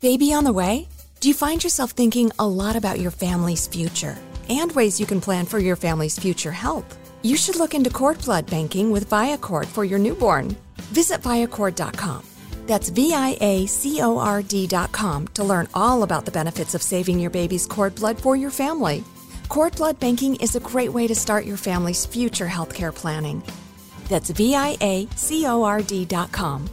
Baby on the way? Do you find yourself thinking a lot about your family's future and ways you can plan for your family's future health? You should look into cord blood banking with Viacord for your newborn. Visit Viacord.com. That's Viacord.com to learn all about the benefits of saving your baby's cord blood for your family. Cord blood banking is a great way to start your family's future healthcare planning. That's Viacord.com.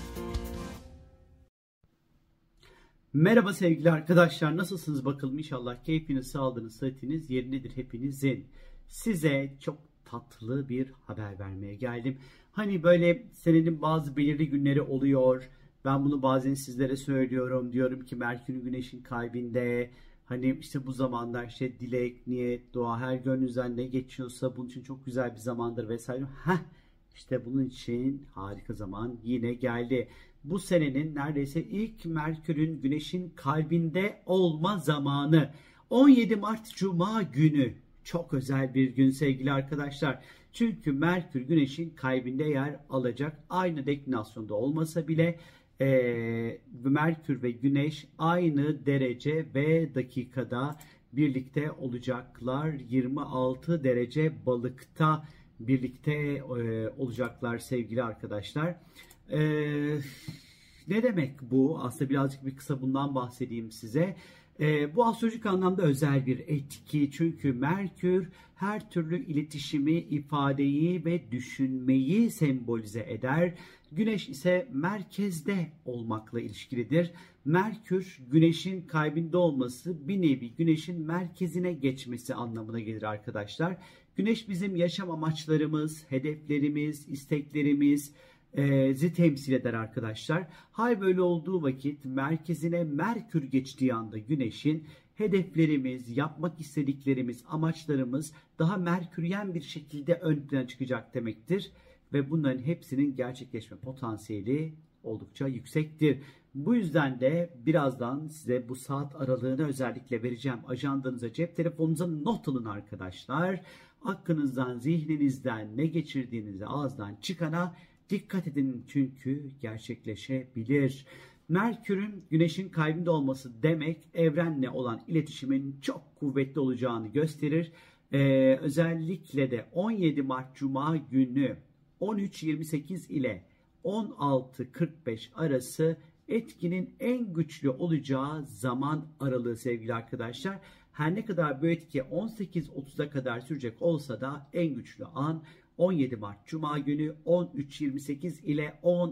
Merhaba sevgili arkadaşlar, nasılsınız bakalım? İnşallah keyfiniz, sağlığınız, sıhhatiniz yerindedir hepinizin. Size çok tatlı bir haber vermeye geldim. Hani böyle senenin bazı belirli günleri oluyor. Ben bunu bazen sizlere söylüyorum. Diyorum ki Merkür Güneş'in kalbinde. Hani işte bu zamanlar işte dilek, niyet, dua, her gönlünüzden ne geçiyorsa bunun için çok güzel bir zamandır vesaire. İşte bunun için harika zaman yine geldi. Bu senenin neredeyse ilk Merkür'ün Güneş'in kalbinde olma zamanı. 17 Mart Cuma günü. Çok özel bir gün sevgili arkadaşlar. Çünkü Merkür Güneş'in kalbinde yer alacak. Aynı deklinasyonda olmasa bile Merkür ve Güneş aynı derece ve dakikada birlikte olacaklar. 26 derece balıkta birlikte olacaklar sevgili arkadaşlar. Ne demek bu? Aslında birazcık bir kısa bundan bahsedeyim size. Bu astrolojik anlamda özel bir etki. Çünkü Merkür her türlü iletişimi, ifadeyi ve düşünmeyi sembolize eder. Güneş ise merkezde olmakla ilişkilidir. Merkür, Güneş'in kalbinde olması bir nevi Güneş'in merkezine geçmesi anlamına gelir arkadaşlar. Güneş bizim yaşam amaçlarımız, hedeflerimiz, isteklerimiz, temsil eder arkadaşlar. Hal böyle olduğu vakit merkezine Merkür geçtiği anda Güneş'in hedeflerimiz, yapmak istediklerimiz, amaçlarımız daha merküryen bir şekilde ön plana çıkacak demektir. Ve bunların hepsinin gerçekleşme potansiyeli oldukça yüksektir. Bu yüzden de birazdan size bu saat aralığını özellikle vereceğim. Ajandanıza, cep telefonunuza not alın arkadaşlar. Aklınızdan, zihninizden ne geçirdiğinize, ağızdan çıkana dikkat edin çünkü gerçekleşebilir. Merkür'ün Güneş'in kalbinde olması demek evrenle olan iletişimin çok kuvvetli olacağını gösterir. Özellikle de 17 Mart Cuma günü 13.28 ile 16.45 arası etkinin en güçlü olacağı zaman aralığı sevgili arkadaşlar. Her ne kadar bu etki 18.30'a kadar sürecek olsa da en güçlü an 17 Mart Cuma günü 13.28 ile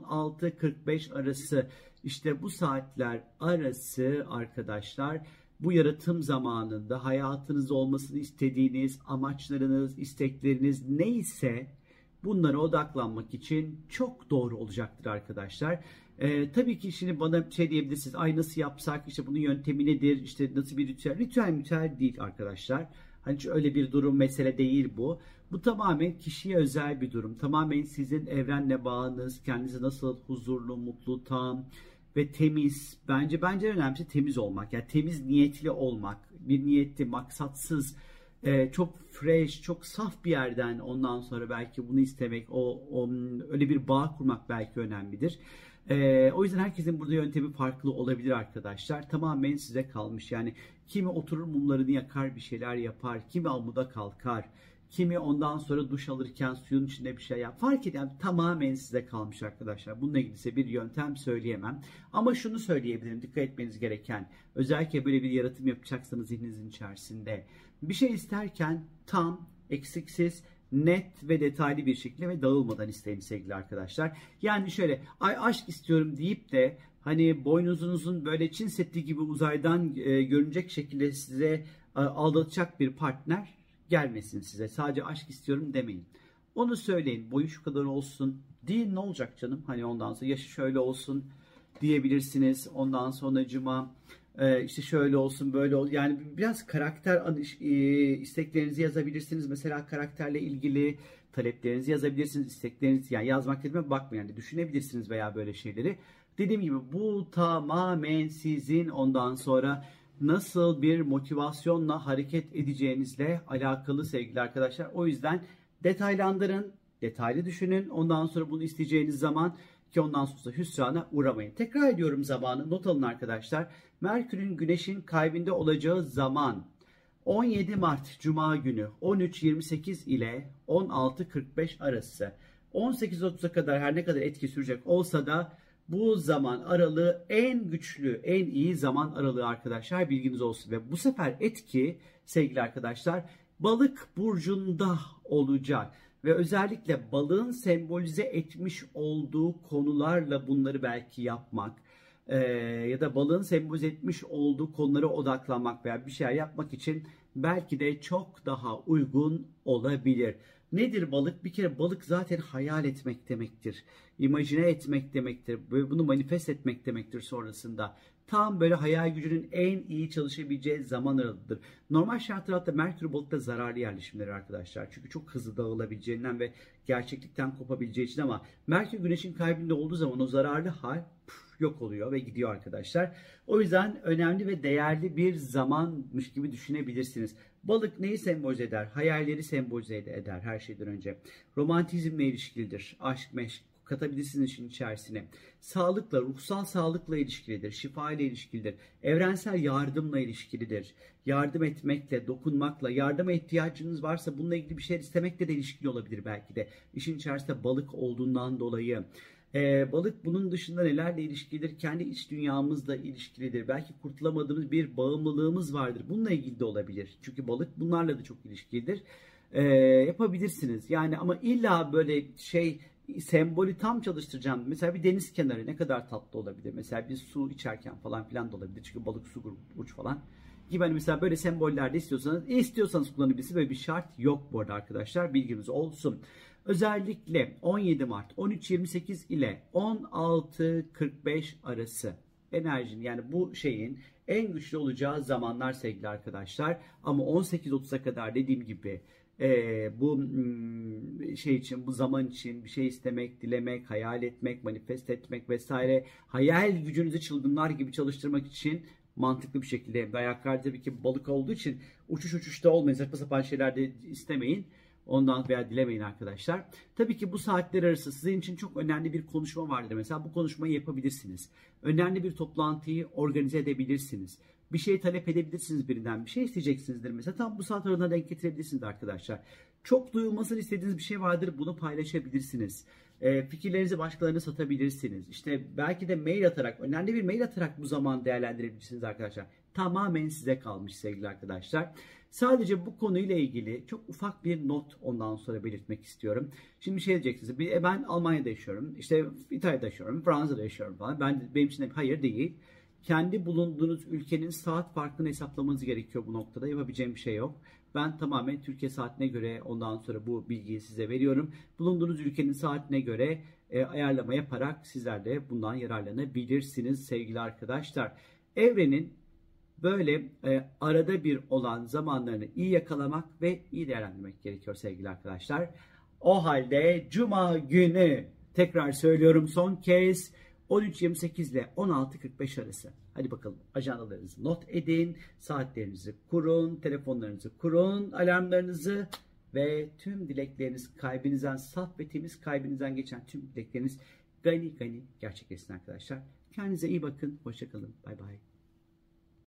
16.45 arası. İşte bu saatler arası arkadaşlar bu yaratım zamanında hayatınızda olmasını istediğiniz amaçlarınız, istekleriniz neyse bunlara odaklanmak için çok doğru olacaktır arkadaşlar. Tabii ki şimdi bana şey diyebilirsiniz. Ay nasıl yapsak? İşte bunun yöntemi nedir? İşte nasıl bir ritüel? Ritüel değil arkadaşlar. Hani öyle bir durum mesele değil bu. Bu tamamen kişiye özel bir durum. Tamamen sizin evrenle bağınız, kendinizi nasıl huzurlu, mutlu, tam ve temiz. Bence önemlisi temiz olmak. Yani temiz niyetli olmak. Bir niyetli, maksatsız, çok fresh, çok saf bir yerden ondan sonra belki bunu istemek, öyle bir bağ kurmak belki önemlidir. O yüzden herkesin burada yöntemi farklı olabilir arkadaşlar. Tamamen size kalmış. Yani kimi oturur mumlarını yakar bir şeyler yapar. Kimi amuda kalkar. Kimi ondan sonra duş alırken suyun içinde bir şey yapar. Fark eden tamamen size kalmış arkadaşlar. Bununla ilgili ise bir yöntem söyleyemem. Ama şunu söyleyebilirim. Dikkat etmeniz gereken. Özellikle böyle bir yaratım yapacaksanız zihninizin içerisinde. Bir şey isterken tam, eksiksiz, net ve detaylı bir şekilde ve dağılmadan isteyin sevgili arkadaşlar. Yani şöyle aşk istiyorum deyip de hani boynuzunuzun böyle Çin Seddi gibi uzaydan görünecek şekilde size aldatacak bir partner gelmesin size. Sadece aşk istiyorum demeyin. Onu söyleyin. Boyu şu kadar olsun. Değil ne olacak canım? Hani ondan sonra yaşı şöyle olsun diyebilirsiniz. Ondan sonracıma işte şöyle olsun böyle olsun. Yani biraz karakter isteklerinizi yazabilirsiniz. Mesela karakterle ilgili taleplerinizi yazabilirsiniz. İsteklerinizi yani yazmak dediğime bakmayın. Yani düşünebilirsiniz veya böyle şeyleri. Dediğim gibi bu tamamen sizin ondan sonra nasıl bir motivasyonla hareket edeceğinizle alakalı sevgili arkadaşlar. O yüzden detaylandırın, detaylı düşünün. Ondan sonra bunu isteyeceğiniz zaman ki ondan sonra hüsrana uğramayın. Tekrar ediyorum zamanı, not alın arkadaşlar. Merkür'ün Güneş'in kalbinde olacağı zaman 17 Mart Cuma günü 13.28 ile 16.45 arası. 18.30'a kadar her ne kadar etki sürecek olsa da bu zaman aralığı en güçlü, en iyi zaman aralığı arkadaşlar, bilginiz olsun. Ve bu sefer etki sevgili arkadaşlar Balık burcunda olacak. Ve özellikle balığın sembolize etmiş olduğu konularla bunları belki yapmak ya da balığın sembolize etmiş olduğu konulara odaklanmak veya bir şeyler yapmak için belki de çok daha uygun olabilir. Nedir balık? Bir kere balık zaten hayal etmek demektir. İmajine etmek demektir. Böyle bunu manifest etmek demektir sonrasında. Tam böyle hayal gücünün en iyi çalışabileceği zaman aralığıdır. Normal şartlarda Merkür balıkta zararlı yerleşimleri arkadaşlar. Çünkü çok hızlı dağılabileceğinden ve gerçeklikten kopabileceği için, ama Merkür Güneş'in kalbinde olduğu zaman o zararlı hal yok oluyor ve gidiyor arkadaşlar. O yüzden önemli ve değerli bir zamanmış gibi düşünebilirsiniz. Balık neyi sembolize eder? Hayalleri sembolize eder her şeyden önce. Romantizmle ilişkilidir. Aşk, meşk katabilirsiniz işin içerisine. Sağlıkla, ruhsal sağlıkla ilişkilidir. Şifa ile ilişkilidir. Evrensel yardımla ilişkilidir. Yardım etmekle, dokunmakla, yardıma ihtiyacınız varsa bununla ilgili bir şeyler istemekle de ilişkili olabilir belki de. İşin içerisinde balık olduğundan dolayı. Balık bunun dışında nelerle ilişkilidir? Kendi iç dünyamızla ilişkilidir. Belki kurtulamadığımız bir bağımlılığımız vardır. Bununla ilgili de olabilir. Çünkü balık bunlarla da çok ilişkilidir. Yapabilirsiniz. Yani ama illa böyle sembolü tam çalıştıracağım. Mesela bir deniz kenarı ne kadar tatlı olabilir. Mesela bir su içerken falan filan da olabilir. Çünkü balık su burç falan. Gibi hani mesela böyle sembollerde istiyorsanız kullanabilirsiniz. Böyle bir şart yok bu arada arkadaşlar. Bilginiz olsun. Özellikle 17 Mart 13.28 ile 16.45 arası enerjinin, yani bu şeyin en güçlü olacağı zamanlar sevgili arkadaşlar. Ama 18.30'a kadar dediğim gibi bu şey için, bu zaman için bir şey istemek, dilemek, hayal etmek, manifest etmek vesaire, hayal gücünüzü çılgınlar gibi çalıştırmak için mantıklı bir şekilde, ayaklar tabii ki balık olduğu için uçuşta olmayın, saçma sapan şeyler de istemeyin. Ondan veya dilemeyin arkadaşlar. Tabii ki bu saatler arası sizin için çok önemli bir konuşma vardır. Mesela bu konuşmayı yapabilirsiniz. Önemli bir toplantıyı organize edebilirsiniz. Bir şey talep edebilirsiniz birinden. Bir şey isteyeceksinizdir mesela. Tam bu saat aralığına denk getirebilirsiniz arkadaşlar. Çok duyulmasını istediğiniz bir şey vardır. Bunu paylaşabilirsiniz. Fikirlerinizi başkalarına satabilirsiniz. İşte belki de mail atarak, önemli bir mail atarak bu zaman değerlendirebilirsiniz arkadaşlar. Tamamen size kalmış sevgili arkadaşlar. Sadece bu konuyla ilgili çok ufak bir not ondan sonra belirtmek istiyorum. Şimdi şey diyeceksiniz. Ben Almanya'da yaşıyorum. İşte İtalya'da yaşıyorum. Fransa'da yaşıyorum falan. Benim için de hayır değil. Kendi bulunduğunuz ülkenin saat farkını hesaplamanız gerekiyor bu noktada. Yapabileceğim bir şey yok. Ben tamamen Türkiye saatine göre ondan sonra bu bilgiyi size veriyorum. Bulunduğunuz ülkenin saatine göre ayarlama yaparak sizler de bundan yararlanabilirsiniz sevgili arkadaşlar. Evrenin böyle arada bir olan zamanlarını iyi yakalamak ve iyi değerlendirmek gerekiyor sevgili arkadaşlar. O halde Cuma günü, tekrar söylüyorum son kez, 13.28 ile 16.45 arası. Hadi bakalım, ajandalarınızı not edin, saatlerinizi kurun, telefonlarınızı kurun, alarmlarınızı ve tüm dilekleriniz kalbinizden, saf ve temiz kalbinizden geçen tüm dilekleriniz gani gani gerçekleşsin arkadaşlar. Kendinize iyi bakın, hoşça kalın, bay bay.